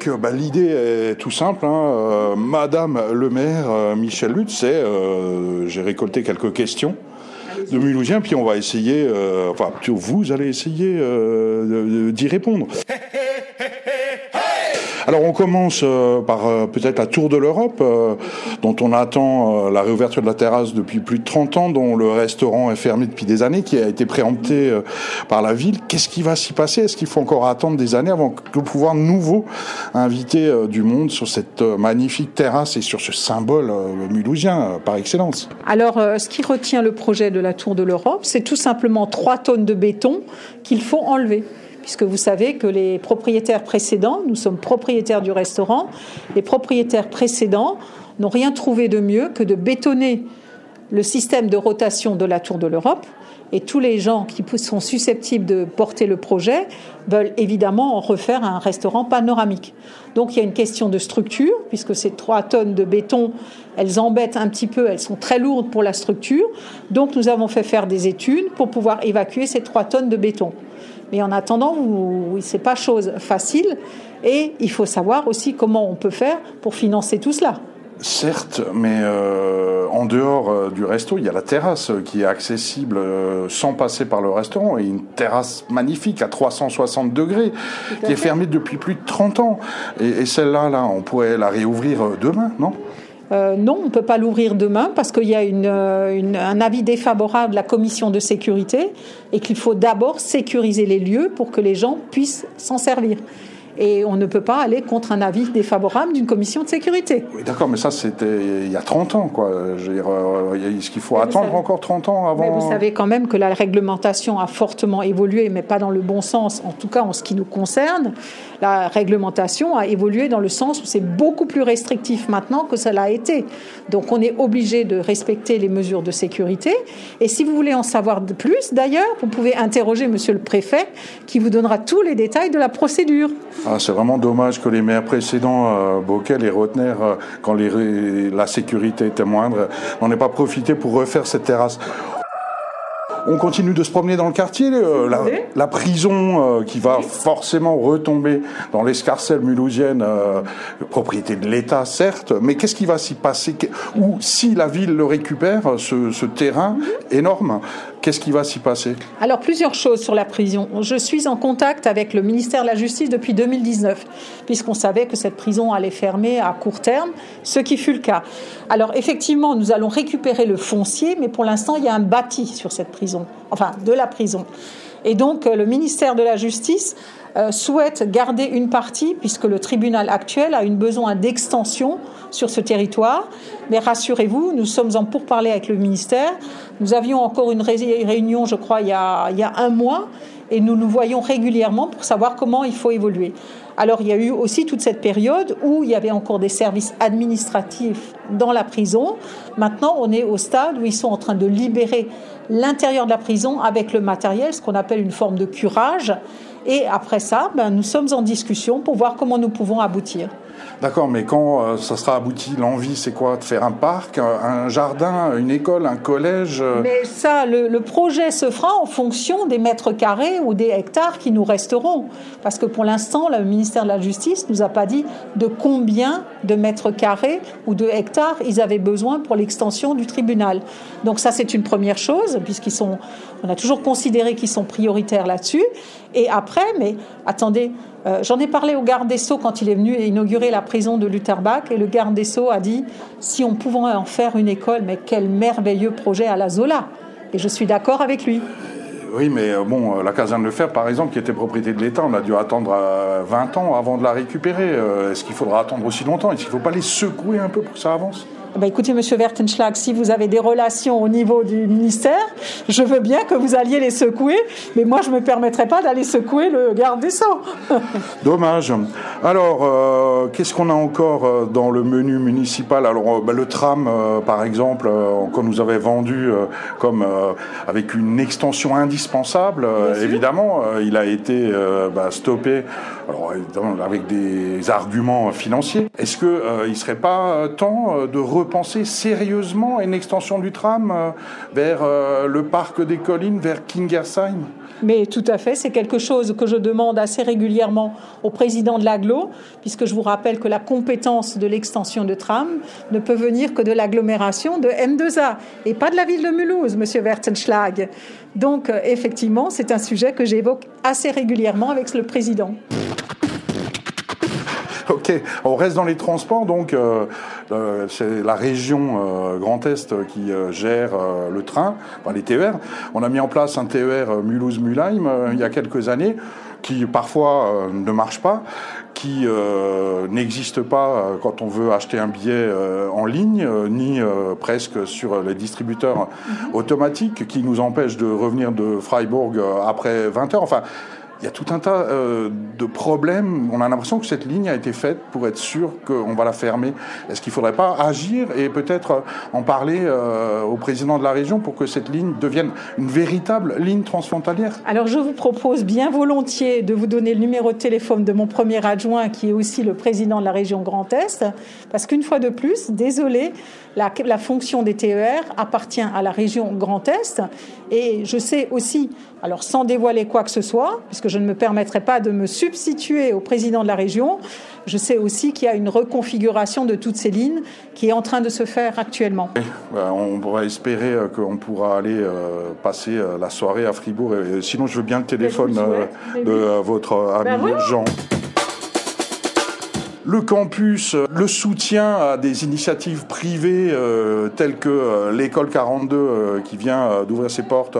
donc, l'idée est tout simple. Madame le maire, Michèle Lutz, j'ai récolté quelques questions de Mulhousiens, puis on va essayer, vous allez essayer d'y répondre. Alors on commence par peut-être la Tour de l'Europe, dont on attend la réouverture de la terrasse depuis plus de 30 ans, dont le restaurant est fermé depuis des années, qui a été préempté par la ville. Qu'est-ce qui va s'y passer ? Est-ce qu'il faut encore attendre des années avant de pouvoir nouveau inviter du monde sur cette magnifique terrasse et sur ce symbole mulhousien par excellence ? Alors ce qui retient le projet de la Tour de l'Europe, c'est tout simplement 3 tonnes de béton qu'il faut enlever. Puisque vous savez que les propriétaires précédents, nous sommes propriétaires du restaurant, les propriétaires précédents n'ont rien trouvé de mieux que de bétonner le système de rotation de la Tour de l'Europe. Et tous les gens qui sont susceptibles de porter le projet veulent évidemment en refaire un restaurant panoramique. Donc il y a une question de structure, puisque ces 3 tonnes de béton, elles embêtent un petit peu, elles sont très lourdes pour la structure. Donc nous avons fait faire des études pour pouvoir évacuer ces 3 tonnes de béton. Mais en attendant, c'est pas chose facile et il faut savoir aussi comment on peut faire pour financer tout cela. Certes, mais en dehors du resto, il y a la terrasse qui est accessible sans passer par le restaurant, et une terrasse magnifique à 360 degrés qui est fermée depuis plus de 30 ans. Et celle-là, on pourrait la réouvrir demain, non ? Non, on ne peut pas l'ouvrir demain parce qu'il y a un avis défavorable de la commission de sécurité et qu'il faut d'abord sécuriser les lieux pour que les gens puissent s'en servir. Et on ne peut pas aller contre un avis défavorable d'une commission de sécurité. Oui, d'accord, mais ça, c'était il y a 30 ans, quoi. Je veux dire, est-ce qu'il faut attendre encore 30 ans avant... Mais vous savez quand même que la réglementation a fortement évolué, mais pas dans le bon sens, en tout cas en ce qui nous concerne. La réglementation a évolué dans le sens où c'est beaucoup plus restrictif maintenant que ça l'a été. Donc on est obligé de respecter les mesures de sécurité. Et si vous voulez en savoir de plus, d'ailleurs, vous pouvez interroger monsieur le préfet qui vous donnera tous les détails de la procédure. C'est vraiment dommage que les maires précédents, Bockel et Rotner, quand la sécurité était moindre, n'en aient pas profité pour refaire cette terrasse. On continue de se promener dans le quartier, la prison qui va forcément retomber dans l'escarcelle mulhousienne, propriété de l'État certes, mais qu'est-ce qui va s'y passer ? Ou si la ville le récupère, ce terrain énorme, qu'est-ce qui va s'y passer ? Alors plusieurs choses sur la prison. Je suis en contact avec le ministère de la Justice depuis 2019, puisqu'on savait que cette prison allait fermer à court terme, ce qui fut le cas. Alors effectivement, nous allons récupérer le foncier, mais pour l'instant, il y a un bâti sur cette prison, enfin de la prison. Et donc le ministère de la Justice souhaite garder une partie, puisque le tribunal actuel a besoin d'extension sur ce territoire. Mais rassurez-vous, nous sommes en pourparlers avec le ministère. Nous avions encore une réunion, je crois, il y a 1 mois, et nous nous voyons régulièrement pour savoir comment il faut évoluer. Alors, il y a eu aussi toute cette période où il y avait encore des services administratifs dans la prison. Maintenant, on est au stade où ils sont en train de libérer l'intérieur de la prison avec le matériel, ce qu'on appelle une forme de curage. Et après ça, nous sommes en discussion pour voir comment nous pouvons aboutir. D'accord, mais quand ça sera abouti, l'envie, c'est quoi ? De faire un parc, un jardin, une école, un collège Mais ça, le projet se fera en fonction des mètres carrés ou des hectares qui nous resteront. Parce que pour l'instant, le ministère de la Justice ne nous a pas dit de combien de mètres carrés ou de hectares ils avaient besoin pour l'extension du tribunal. Donc ça, c'est une première chose, on a toujours considéré qu'ils sont prioritaires là-dessus. Et après, mais attendez, j'en ai parlé au garde des Sceaux quand il est venu inaugurer la prison de Lutterbach, et le garde des Sceaux a dit si on pouvait en faire une école, mais quel merveilleux projet à la Zola. Et je suis d'accord avec lui. Oui, mais la caserne de Fer, par exemple, qui était propriété de l'État, on a dû attendre 20 ans avant de la récupérer. Est-ce qu'il faudra attendre aussi longtemps ? Est-ce qu'il ne faut pas les secouer un peu pour que ça avance ? Écoutez, Monsieur Wertenschlag, si vous avez des relations au niveau du ministère, je veux bien que vous alliez les secouer, mais moi, je ne me permettrai pas d'aller secouer le garde des Sceaux. Dommage. Alors, qu'est-ce qu'on a encore dans le menu municipal ? Alors, le tram, par exemple, qu'on nous avait vendu comme avec une extension indispensable, évidemment, il a été stoppé, alors, avec des arguments financiers. Est-ce qu'il ne serait pas temps de repenser sérieusement une extension du tram vers le parc des collines, vers Kingersheim ? Mais tout à fait, c'est quelque chose que je demande assez régulièrement au président de l'agglo, puisque je vous rappelle que la compétence de l'extension de tram ne peut venir que de l'agglomération de M2A et pas de la ville de Mulhouse, Monsieur Wertenschlag. Donc, effectivement, c'est un sujet que j'évoque assez régulièrement avec le président. Ok, on reste dans les transports, donc c'est la région Grand Est qui gère le train, enfin les TER. On a mis en place un TER Mulhouse-Mulheim il y a quelques années, qui parfois ne marche pas, qui n'existe pas quand on veut acheter un billet en ligne, ni presque sur les distributeurs automatiques, qui nous empêchent de revenir de Freiburg après 20 heures. Enfin, il y a tout un tas de problèmes. On a l'impression que cette ligne a été faite pour être sûr qu'on va la fermer. Est-ce qu'il ne faudrait pas agir et peut-être en parler au président de la région pour que cette ligne devienne une véritable ligne transfrontalière ? Alors je vous propose bien volontiers de vous donner le numéro de téléphone de mon premier adjoint qui est aussi le président de la région Grand Est, parce qu'une fois de plus, désolé, la fonction des TER appartient à la région Grand Est et je sais aussi, alors sans dévoiler quoi que ce soit, puisque je ne me permettrai pas de me substituer au président de la région, je sais aussi qu'il y a une reconfiguration de toutes ces lignes qui est en train de se faire actuellement. On va espérer qu'on pourra aller passer la soirée à Fribourg. Et sinon, je veux bien le téléphone de votre ami Jean. Le campus, le soutien à des initiatives privées telles que l'école 42 qui vient d'ouvrir ses portes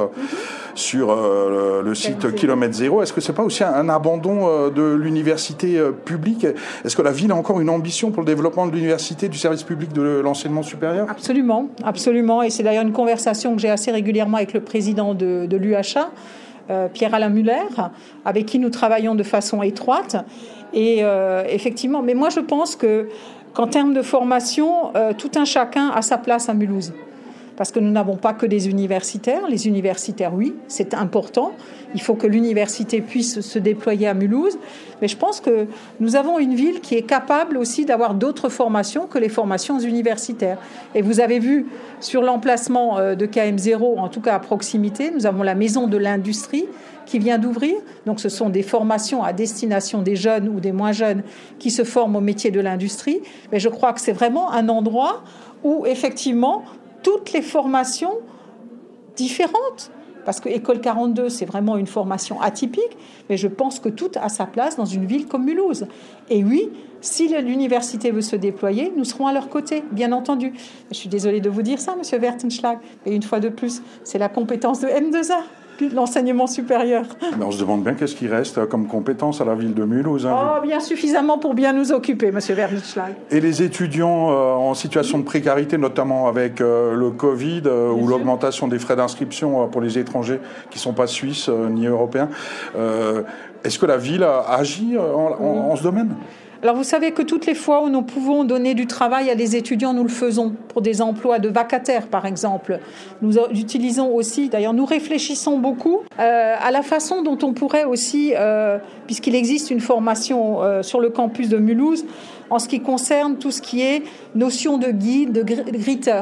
sur le site Kilomètre Zéro. Est-ce que c'est pas aussi un abandon de l'université publique ? Est-ce que la ville a encore une ambition pour le développement de l'université, du service public de l'enseignement supérieur ? Absolument, absolument. Et c'est d'ailleurs une conversation que j'ai assez régulièrement avec le président de l'UHA, Pierre-Alain Muller, avec qui nous travaillons de façon étroite. Et effectivement, mais moi je pense qu'en termes de formation, tout un chacun a sa place à Mulhouse. Parce que nous n'avons pas que des universitaires. Les universitaires, oui, c'est important. Il faut que l'université puisse se déployer à Mulhouse. Mais je pense que nous avons une ville qui est capable aussi d'avoir d'autres formations que les formations universitaires. Et vous avez vu sur l'emplacement de KM0, en tout cas à proximité, nous avons la maison de l'industrie qui vient d'ouvrir. Donc ce sont des formations à destination des jeunes ou des moins jeunes qui se forment au métier de l'industrie. Mais je crois que c'est vraiment un endroit où effectivement toutes les formations différentes, parce que École 42, c'est vraiment une formation atypique, mais je pense que tout a sa place dans une ville comme Mulhouse. Et oui, si l'université veut se déployer, nous serons à leur côté, bien entendu. Je suis désolée de vous dire ça, Monsieur Wertenschlag, mais une fois de plus, c'est la compétence de M2A. L'enseignement supérieur. Mais on se demande bien qu'est-ce qui reste comme compétence à la ville de Mulhouse. Bien suffisamment pour bien nous occuper, Monsieur Wertenschlag. Et les étudiants en situation de précarité, notamment avec le Covid ou l'augmentation des frais d'inscription pour les étrangers qui ne sont pas suisses ni européens, est-ce que la ville agit en ce domaine ? Alors vous savez que toutes les fois où nous pouvons donner du travail à des étudiants, nous le faisons pour des emplois de vacataires par exemple. Nous utilisons aussi, d'ailleurs nous réfléchissons beaucoup à la façon dont on pourrait aussi, puisqu'il existe une formation sur le campus de Mulhouse, en ce qui concerne tout ce qui est notion de guide, de greeter.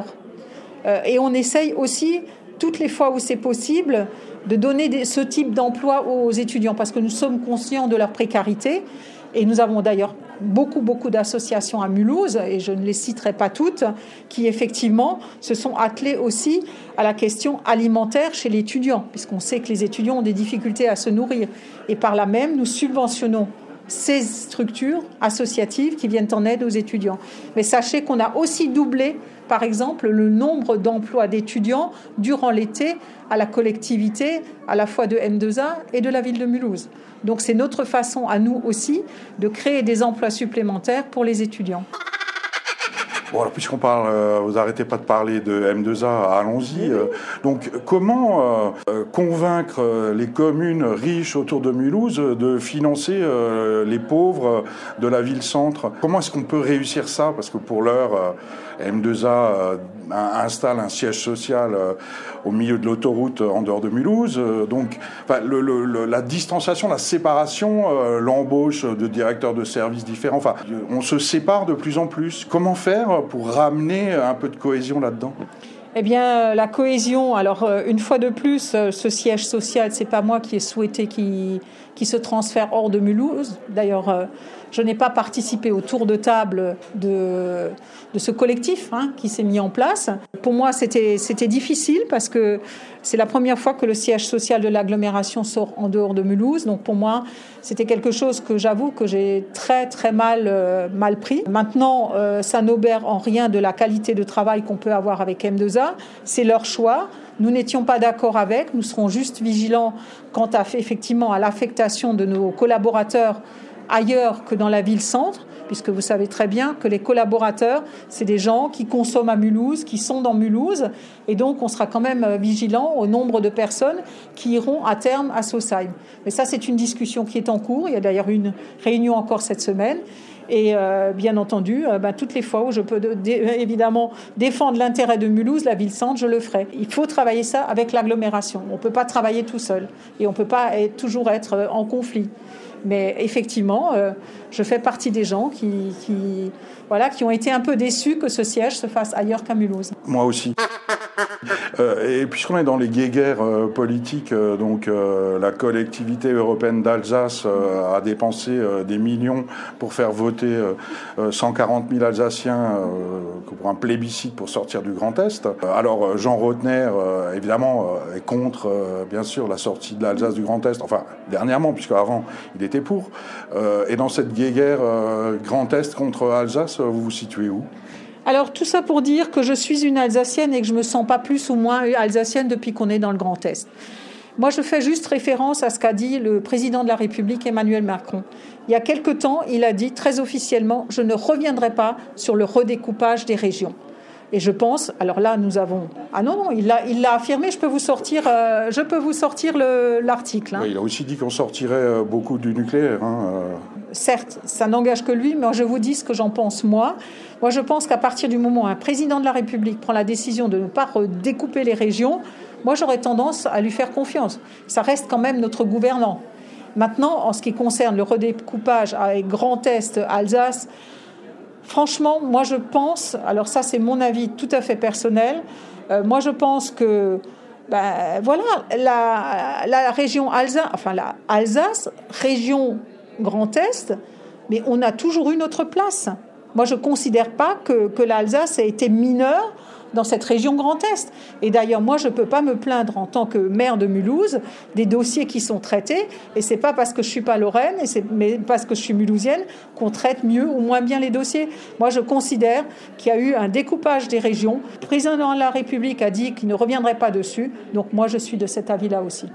Et on essaye aussi, toutes les fois où c'est possible, de donner ce type d'emploi aux étudiants parce que nous sommes conscients de leur précarité. Et nous avons d'ailleurs beaucoup d'associations à Mulhouse, et je ne les citerai pas toutes, qui effectivement se sont attelées aussi à la question alimentaire chez l'étudiant, puisqu'on sait que les étudiants ont des difficultés à se nourrir. Et par là même, nous subventionnons ces structures associatives qui viennent en aide aux étudiants. Mais sachez qu'on a aussi doublé, par exemple, le nombre d'emplois d'étudiants durant l'été à la collectivité, à la fois de M2A et de la ville de Mulhouse. Donc c'est notre façon à nous aussi de créer des emplois supplémentaires pour les étudiants. Bon, alors puisqu'on parle, vous n'arrêtez pas de parler de M2A, allons-y. Donc comment convaincre les communes riches autour de Mulhouse de financer les pauvres de la ville-centre ? Comment est-ce qu'on peut réussir ça ? Parce que pour l'heure, M2A installe un siège social au milieu de l'autoroute en dehors de Mulhouse. Donc la distanciation, la séparation, l'embauche de directeurs de services différents, on se sépare de plus en plus. Comment faire pour ramener un peu de cohésion là-dedans ? Eh bien, la cohésion. Alors, une fois de plus, ce siège social, c'est pas moi qui ai souhaité qu'il se transfère hors de Mulhouse. D'ailleurs, je n'ai pas participé au tour de table de ce collectif qui s'est mis en place. Pour moi, c'était difficile parce que c'est la première fois que le siège social de l'agglomération sort en dehors de Mulhouse. Donc, pour moi, c'était quelque chose que j'avoue que j'ai très, très mal pris. Maintenant, ça n'obère en rien de la qualité de travail qu'on peut avoir avec M2A. C'est leur choix. Nous n'étions pas d'accord avec. Nous serons juste vigilants quant effectivement à l'affectation de nos collaborateurs ailleurs que dans la ville-centre, puisque vous savez très bien que les collaborateurs, c'est des gens qui consomment à Mulhouse, qui sont dans Mulhouse, et donc on sera quand même vigilant au nombre de personnes qui iront à terme à Sausheim. Mais ça, c'est une discussion qui est en cours. Il y a d'ailleurs une réunion encore cette semaine. Et bien entendu, toutes les fois où je peux évidemment défendre l'intérêt de Mulhouse, la ville-centre, je le ferai. Il faut travailler ça avec l'agglomération. On ne peut pas travailler tout seul et on ne peut pas toujours être en conflit. Mais effectivement, je fais partie des gens qui ont été un peu déçus que ce siège se fasse ailleurs qu'à Mulhouse. Moi aussi. Et puisqu'on est dans les guéguerres politiques, la collectivité européenne d'Alsace a dépensé des millions pour faire voter 140 000 Alsaciens pour un plébiscite pour sortir du Grand Est. Alors Jean Rottner, évidemment, est contre, bien sûr, la sortie de l'Alsace du Grand Est. Enfin, dernièrement, puisqu'avant, il était pour. Et dans cette guéguerre Grand Est contre Alsace, vous vous situez où ? Alors, tout ça pour dire que je suis une Alsacienne et que je ne me sens pas plus ou moins alsacienne depuis qu'on est dans le Grand Est. Moi, je fais juste référence à ce qu'a dit le président de la République, Emmanuel Macron. Il y a quelque temps, il a dit très officiellement « Je ne reviendrai pas sur le redécoupage des régions ». Et je pense, alors là, nous avons... Ah non, il l'a affirmé, je peux vous sortir l'article. Oui, il a aussi dit qu'on sortirait beaucoup du nucléaire. Certes, ça n'engage que lui, mais je vous dis ce que j'en pense moi. Moi, je pense qu'à partir du moment où un président de la République prend la décision de ne pas redécouper les régions, moi, j'aurais tendance à lui faire confiance. Ça reste quand même notre gouvernant. Maintenant, en ce qui concerne le redécoupage avec Grand Est, Alsace... Franchement, moi je pense, alors ça c'est mon avis tout à fait personnel, moi je pense que la région Alsace, la Alsace, région Grand Est, mais on a toujours eu notre place. Moi je ne considère pas que l'Alsace a été mineure dans cette région Grand Est. Et d'ailleurs, moi, je ne peux pas me plaindre en tant que maire de Mulhouse des dossiers qui sont traités. Et ce n'est pas parce que je ne suis pas lorraine, mais parce que je suis mulhousienne, qu'on traite mieux ou moins bien les dossiers. Moi, je considère qu'il y a eu un découpage des régions. Le président de la République a dit qu'il ne reviendrait pas dessus. Donc moi, je suis de cet avis-là aussi.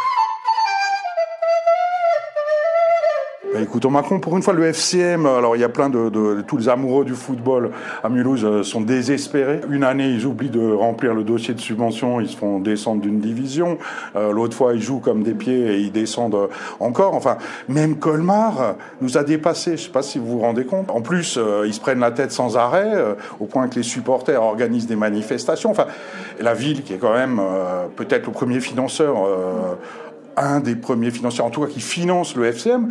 Écoutons Macron, pour une fois le FCM, alors il y a plein de tous les amoureux du football à Mulhouse sont désespérés. Une année, ils oublient de remplir le dossier de subvention, ils se font descendre d'une division. L'autre fois, ils jouent comme des pieds et ils descendent encore. Enfin, même Colmar nous a dépassés, je ne sais pas si vous vous rendez compte. En plus, ils se prennent la tête sans arrêt, au point que les supporters organisent des manifestations. Enfin, la ville qui est quand même peut-être le premier financeur... un des premiers financiers, en tout cas, qui finance le FCM.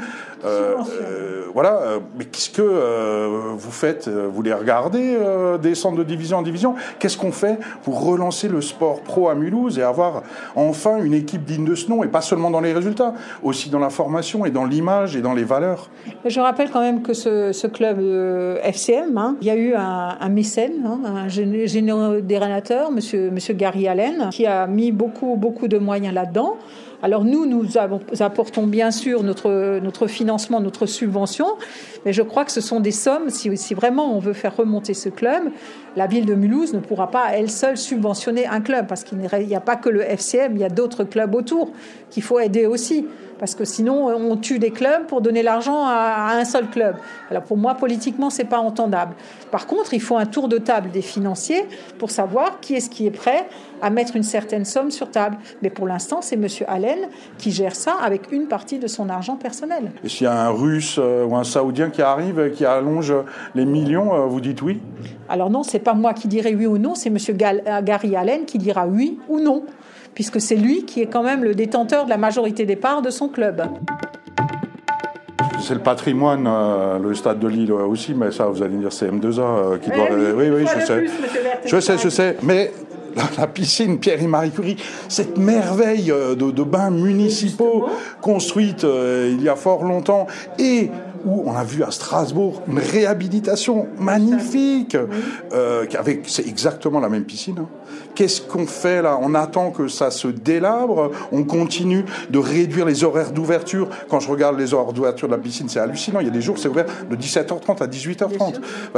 Mais qu'est-ce que vous faites ? Vous les regardez descendre de division en division ? Qu'est-ce qu'on fait pour relancer le sport pro à Mulhouse et avoir enfin une équipe digne de ce nom, et pas seulement dans les résultats, aussi dans la formation et dans l'image et dans les valeurs ? Je rappelle quand même que ce club FCM, il y a eu un mécène, un généreux dérénateur, monsieur Gary Allen, qui a mis beaucoup de moyens là-dedans. Alors nous apportons bien sûr notre financement, notre subvention, mais je crois que ce sont des sommes, si vraiment on veut faire remonter ce club, la ville de Mulhouse ne pourra pas à elle seule subventionner un club, parce qu'il n'y a pas que le FCM, il y a d'autres clubs autour qu'il faut aider aussi. Parce que sinon, on tue des clubs pour donner l'argent à un seul club. Alors pour moi, politiquement, c'est pas entendable. Par contre, il faut un tour de table des financiers pour savoir qui est prêt à mettre une certaine somme sur table. Mais pour l'instant, c'est M. Allen qui gère ça avec une partie de son argent personnel. Et s'il y a un Russe ou un Saoudien qui arrive, qui allonge les millions, vous dites oui ? Alors non, c'est pas moi qui dirai oui ou non, c'est M. Gary Allen qui dira oui ou non, puisque c'est lui qui est quand même le détenteur de la majorité des parts de son club. C'est le patrimoine, le stade de Lille aussi, mais ça, vous allez dire, c'est M2A qui doit... Oui, je sais. Je sais. Mais la piscine Pierre et Marie Curie, cette merveille de bains municipaux construite il y a fort longtemps et où on a vu à Strasbourg une réhabilitation magnifique, c'est exactement la même piscine. Hein. Qu'est-ce qu'on fait là ? On attend que ça se délabre, on continue de réduire les horaires d'ouverture. Quand je regarde les horaires d'ouverture de la piscine, c'est hallucinant. Il y a des jours, c'est ouvert de 17h30 à 18h30.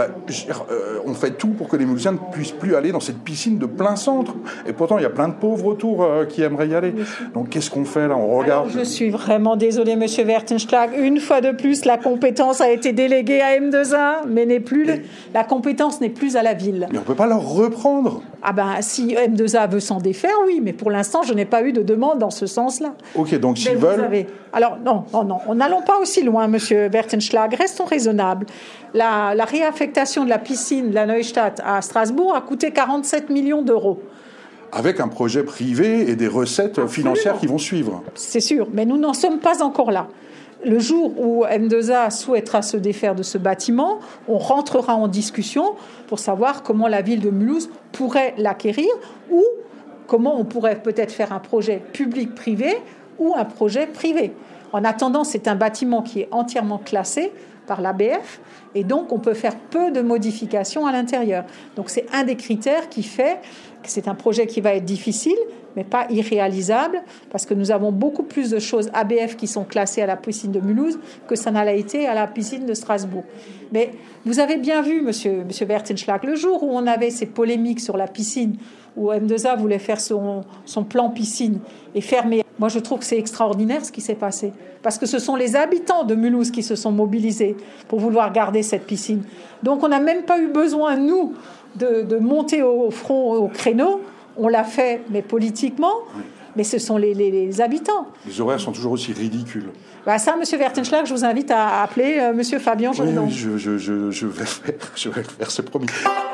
On fait tout pour que les Mulhousiens ne puissent plus aller dans cette piscine de plein centre. Et pourtant, il y a plein de pauvres autour qui aimeraient y aller. Donc, qu'est-ce qu'on fait là ? On regarde. Alors, je suis vraiment désolée, Monsieur Wertenschlag. Une fois de plus, la compétence a été déléguée à M2A, mais la compétence n'est plus à la ville. Mais on ne peut pas leur reprendre. Ah ben, si M2A veut s'en défaire, oui, mais pour l'instant, je n'ai pas eu de demande dans ce sens-là. Ok, donc s'ils veulent... Alors, non, n'allons pas aussi loin, Monsieur Wertenschlag, restons raisonnables. La réaffectation de la piscine de la Neustadt à Strasbourg a coûté 47 millions d'euros. Avec un projet privé et des recettes financières qui vont suivre. C'est sûr, mais nous n'en sommes pas encore là. Le jour où M2A souhaitera se défaire de ce bâtiment, on rentrera en discussion pour savoir comment la ville de Mulhouse pourrait l'acquérir ou comment on pourrait peut-être faire un projet public-privé ou un projet privé. En attendant, c'est un bâtiment qui est entièrement classé par l'ABF et donc on peut faire peu de modifications à l'intérieur. Donc c'est un des critères qui fait que c'est un projet qui va être difficile, mais pas irréalisable, parce que nous avons beaucoup plus de choses ABF qui sont classées à la piscine de Mulhouse que ça n'a été à la piscine de Strasbourg. Mais vous avez bien vu, monsieur Wertenschlag, le jour où on avait ces polémiques sur la piscine, où M2A voulait faire son plan piscine et fermer. Moi, je trouve que c'est extraordinaire ce qui s'est passé, parce que ce sont les habitants de Mulhouse qui se sont mobilisés pour vouloir garder cette piscine. Donc, on n'a même pas eu besoin, nous, de monter au front, au créneau. On l'a fait, mais politiquement, mais ce sont les habitants. Les horaires sont toujours aussi ridicules. Ça, Monsieur Wertenschlag, je vous invite à appeler Monsieur Fabien Jourdan. Oui, je vais le faire, c'est promis.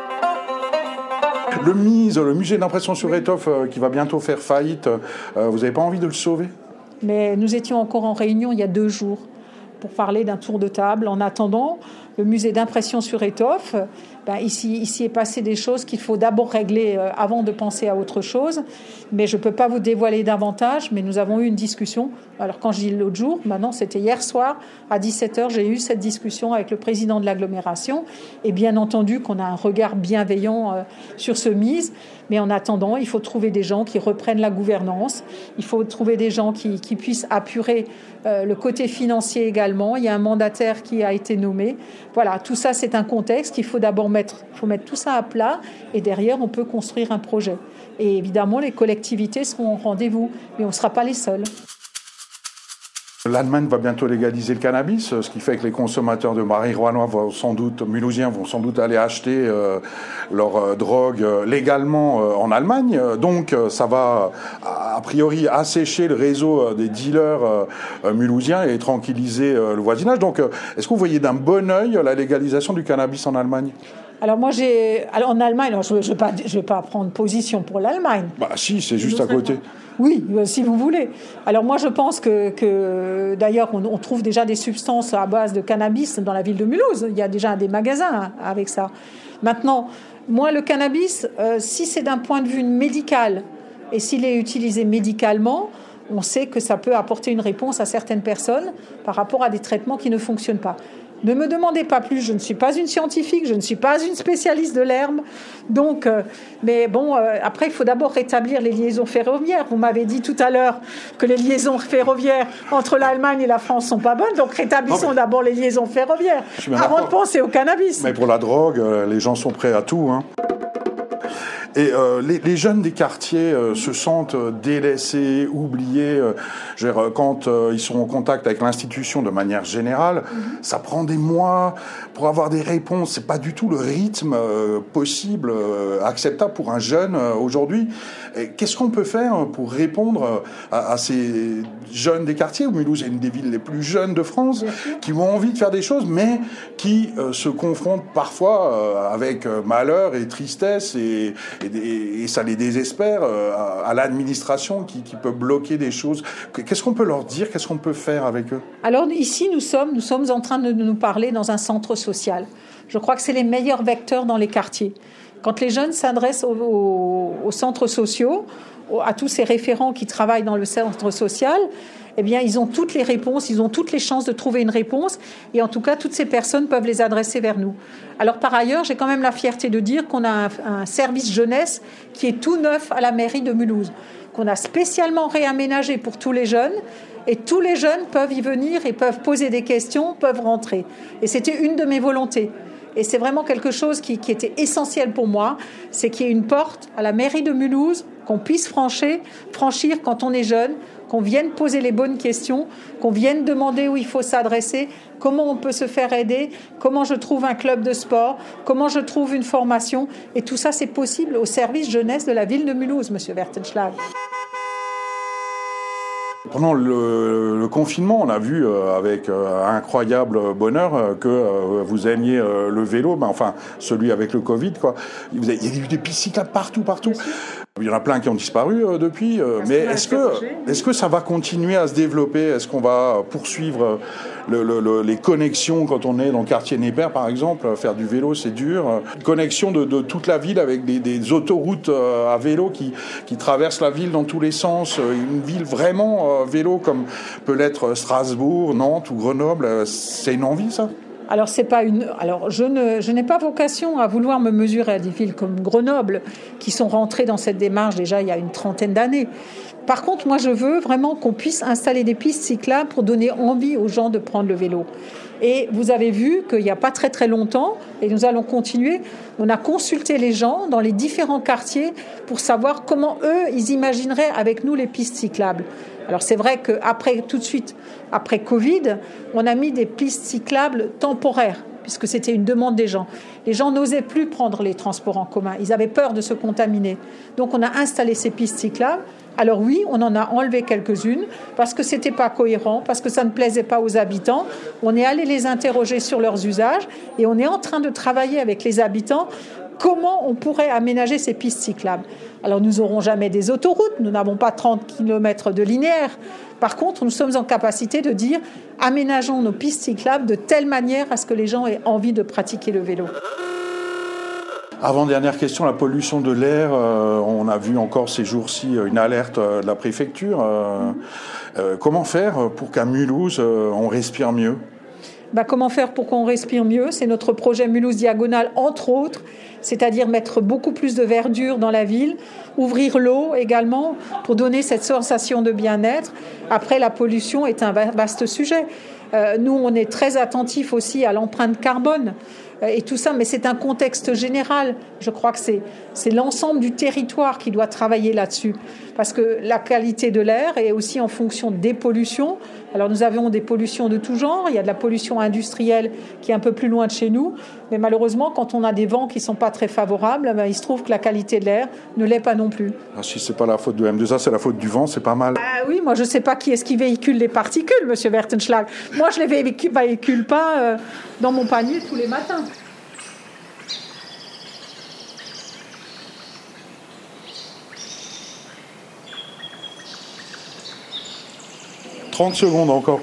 Le MISE, le musée d'impression sur étoffe, qui va bientôt faire faillite, vous n'avez pas envie de le sauver ? Mais nous étions encore en réunion il y a 2 jours pour parler d'un tour de table. En attendant, le musée d'impression sur étoffe, ici est passé des choses qu'il faut d'abord régler avant de penser à autre chose. Mais je ne peux pas vous dévoiler davantage, mais nous avons eu une discussion. Alors quand je dis l'autre jour, maintenant c'était hier soir, à 17h, j'ai eu cette discussion avec le président de l'agglomération. Et bien entendu qu'on a un regard bienveillant sur ce MISE. Mais en attendant, il faut trouver des gens qui reprennent la gouvernance. Il faut trouver des gens qui puissent apurer le côté financier également. Il y a un mandataire qui a été nommé. Voilà, tout ça, c'est un contexte qu'il faut d'abord mettre tout ça à plat. Et derrière, on peut construire un projet. Et évidemment, les collectivités seront au rendez-vous. Mais on ne sera pas les seuls. L'Allemagne va bientôt légaliser le cannabis, ce qui fait que les consommateurs de marijuana mulhousiens vont sans doute aller acheter leur drogue légalement en Allemagne. Donc ça va a priori assécher le réseau des dealers mulhousiens et tranquilliser le voisinage. Donc est-ce que vous voyez d'un bon œil la légalisation du cannabis en Allemagne ? Alors moi en Allemagne, je ne vais pas prendre position pour l'Allemagne. Si, c'est juste à côté. Oui, si vous voulez. Alors moi je pense que d'ailleurs on trouve déjà des substances à base de cannabis dans la ville de Mulhouse. Il y a déjà des magasins avec ça. Maintenant, moi le cannabis, si c'est d'un point de vue médical et s'il est utilisé médicalement, on sait que ça peut apporter une réponse à certaines personnes par rapport à des traitements qui ne fonctionnent pas. Ne me demandez pas plus, je ne suis pas une scientifique, je ne suis pas une spécialiste de l'herbe. Donc, mais bon, après, il faut d'abord rétablir les liaisons ferroviaires. Vous m'avez dit tout à l'heure que les liaisons ferroviaires entre l'Allemagne et la France sont pas bonnes. Donc, rétablissons d'abord les liaisons ferroviaires avant de penser au cannabis. Mais pour la drogue, les gens sont prêts à tout, hein. Et les jeunes des quartiers se sentent délaissés, oubliés. Quand ils sont en contact avec l'institution de manière générale, ça prend des mois pour avoir des réponses. C'est pas du tout le rythme possible, acceptable pour un jeune aujourd'hui. Et qu'est-ce qu'on peut faire pour répondre à ces jeunes des quartiers, où Mulhouse est une des villes les plus jeunes de France, qui ont envie de faire des choses, mais qui se confrontent parfois avec malheur et tristesse et ça les désespère, à l'administration qui peut bloquer des choses. Qu'est-ce qu'on peut leur dire ? Qu'est-ce qu'on peut faire avec eux ? Alors ici, nous sommes en train de nous parler dans un centre social. Je crois que c'est les meilleurs vecteurs dans les quartiers. Quand les jeunes s'adressent aux centres sociaux, à tous ces référents qui travaillent dans le centre social, eh bien, ils ont toutes les réponses, ils ont toutes les chances de trouver une réponse. Et en tout cas, toutes ces personnes peuvent les adresser vers nous. Alors, par ailleurs, j'ai quand même la fierté de dire qu'on a un service jeunesse qui est tout neuf à la mairie de Mulhouse, qu'on a spécialement réaménagé pour tous les jeunes. Et tous les jeunes peuvent y venir et peuvent poser des questions, peuvent rentrer. Et c'était une de mes volontés. Et c'est vraiment quelque chose qui était essentiel pour moi, c'est qu'il y ait une porte à la mairie de Mulhouse, qu'on puisse franchir quand on est jeune, qu'on vienne poser les bonnes questions, qu'on vienne demander où il faut s'adresser, comment on peut se faire aider, comment je trouve un club de sport, comment je trouve une formation. Et tout ça, c'est possible au service jeunesse de la ville de Mulhouse, Monsieur Wertenschlag. Pendant le confinement, on a vu avec incroyable bonheur que vous aimiez le vélo, enfin celui avec le Covid, quoi. Il y a eu des pistes cyclables partout. Il y en a plein qui ont disparu depuis, mais est-ce que ça va continuer à se développer ? Est-ce qu'on va poursuivre les connexions quand on est dans le quartier Néper, par exemple ? Faire du vélo, c'est dur. Une connexion de toute la ville avec des autoroutes à vélo qui traversent la ville dans tous les sens. Une ville vraiment vélo comme peut l'être Strasbourg, Nantes ou Grenoble. C'est une envie, ça ? Alors, je n'ai pas vocation à vouloir me mesurer à des villes comme Grenoble, qui sont rentrées dans cette démarche déjà il y a une trentaine d'années. Par contre, moi, je veux vraiment qu'on puisse installer des pistes cyclables pour donner envie aux gens de prendre le vélo. Et vous avez vu qu'il n'y a pas très très longtemps, et nous allons continuer, on a consulté les gens dans les différents quartiers pour savoir comment eux, ils imagineraient avec nous les pistes cyclables. Alors c'est vrai qu'après, tout de suite, après Covid, on a mis des pistes cyclables temporaires, puisque c'était une demande des gens. Les gens n'osaient plus prendre les transports en commun, ils avaient peur de se contaminer. Donc on a installé ces pistes cyclables. Alors oui, on en a enlevé quelques-unes parce que c'était pas cohérent, parce que ça ne plaisait pas aux habitants. On est allé les interroger sur leurs usages et on est en train de travailler avec les habitants comment on pourrait aménager ces pistes cyclables. Alors nous n'aurons jamais des autoroutes, nous n'avons pas 30 km de linéaire. Par contre, nous sommes en capacité de dire aménageons nos pistes cyclables de telle manière à ce que les gens aient envie de pratiquer le vélo. Avant-dernière question, la pollution de l'air. On a vu encore ces jours-ci une alerte de la préfecture. Comment faire pour qu'à Mulhouse, on respire mieux ? Comment faire pour qu'on respire mieux ? C'est notre projet Mulhouse Diagonale, entre autres, c'est-à-dire mettre beaucoup plus de verdure dans la ville, ouvrir l'eau également pour donner cette sensation de bien-être. Après, la pollution est un vaste sujet. Nous, on est très attentifs aussi à l'empreinte carbone et tout ça, mais c'est un contexte général. Je crois que c'est l'ensemble du territoire qui doit travailler là-dessus, parce que la qualité de l'air est aussi en fonction des pollutions. Alors nous avons des pollutions de tout genre, il y a de la pollution industrielle qui est un peu plus loin de chez nous, mais malheureusement quand on a des vents qui ne sont pas très favorables, il se trouve que la qualité de l'air ne l'est pas non plus. Si ce n'est pas la faute de M2A, c'est la faute du vent, c'est pas mal. Oui, moi je ne sais pas qui est-ce qui véhicule les particules, Monsieur Wertenschlag. Moi je ne les véhicule pas dans mon panier tous les matins. « 30 secondes encore.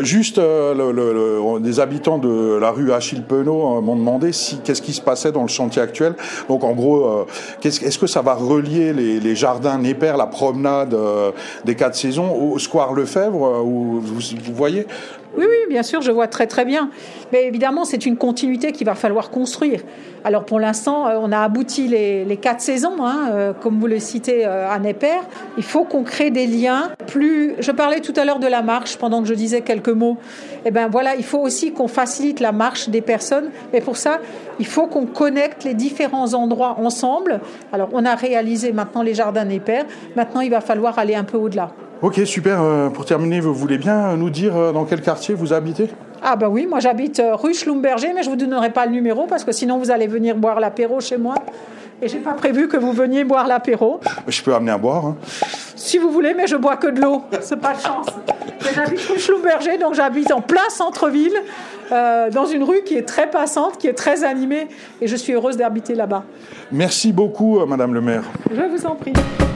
Des habitants de la rue Achille Penaud m'ont demandé qu'est-ce qui se passait dans le chantier actuel. Donc en gros, est-ce que ça va relier les jardins Néper, la promenade des 4 saisons, au square Lefebvre, vous voyez ? Oui, bien sûr, je vois très très bien. Mais évidemment, c'est une continuité qu'il va falloir construire. Alors pour l'instant, on a abouti les 4 saisons, comme vous le citez à Néper. Il faut qu'on crée des liens plus... Je parlais tout à l'heure de la marche pendant que je disais quelques mots. Il faut aussi qu'on facilite la marche des personnes. Mais pour ça, il faut qu'on connecte les différents endroits ensemble. Alors on a réalisé maintenant les jardins Néper. Maintenant, il va falloir aller un peu au-delà. Ok, super. Pour terminer, vous voulez bien nous dire dans quel quartier vous habitez ? Oui, moi j'habite rue Schlumberger, mais je ne vous donnerai pas le numéro parce que sinon vous allez venir boire l'apéro chez moi. Et je n'ai pas prévu que vous veniez boire l'apéro. Je peux amener à boire. Si vous voulez, mais je bois que de l'eau. C'est pas de chance. Mais j'habite rue Schlumberger, donc j'habite en plein centre-ville, dans une rue qui est très passante, qui est très animée. Et je suis heureuse d'habiter là-bas. Merci beaucoup, Madame le maire. Je vous en prie.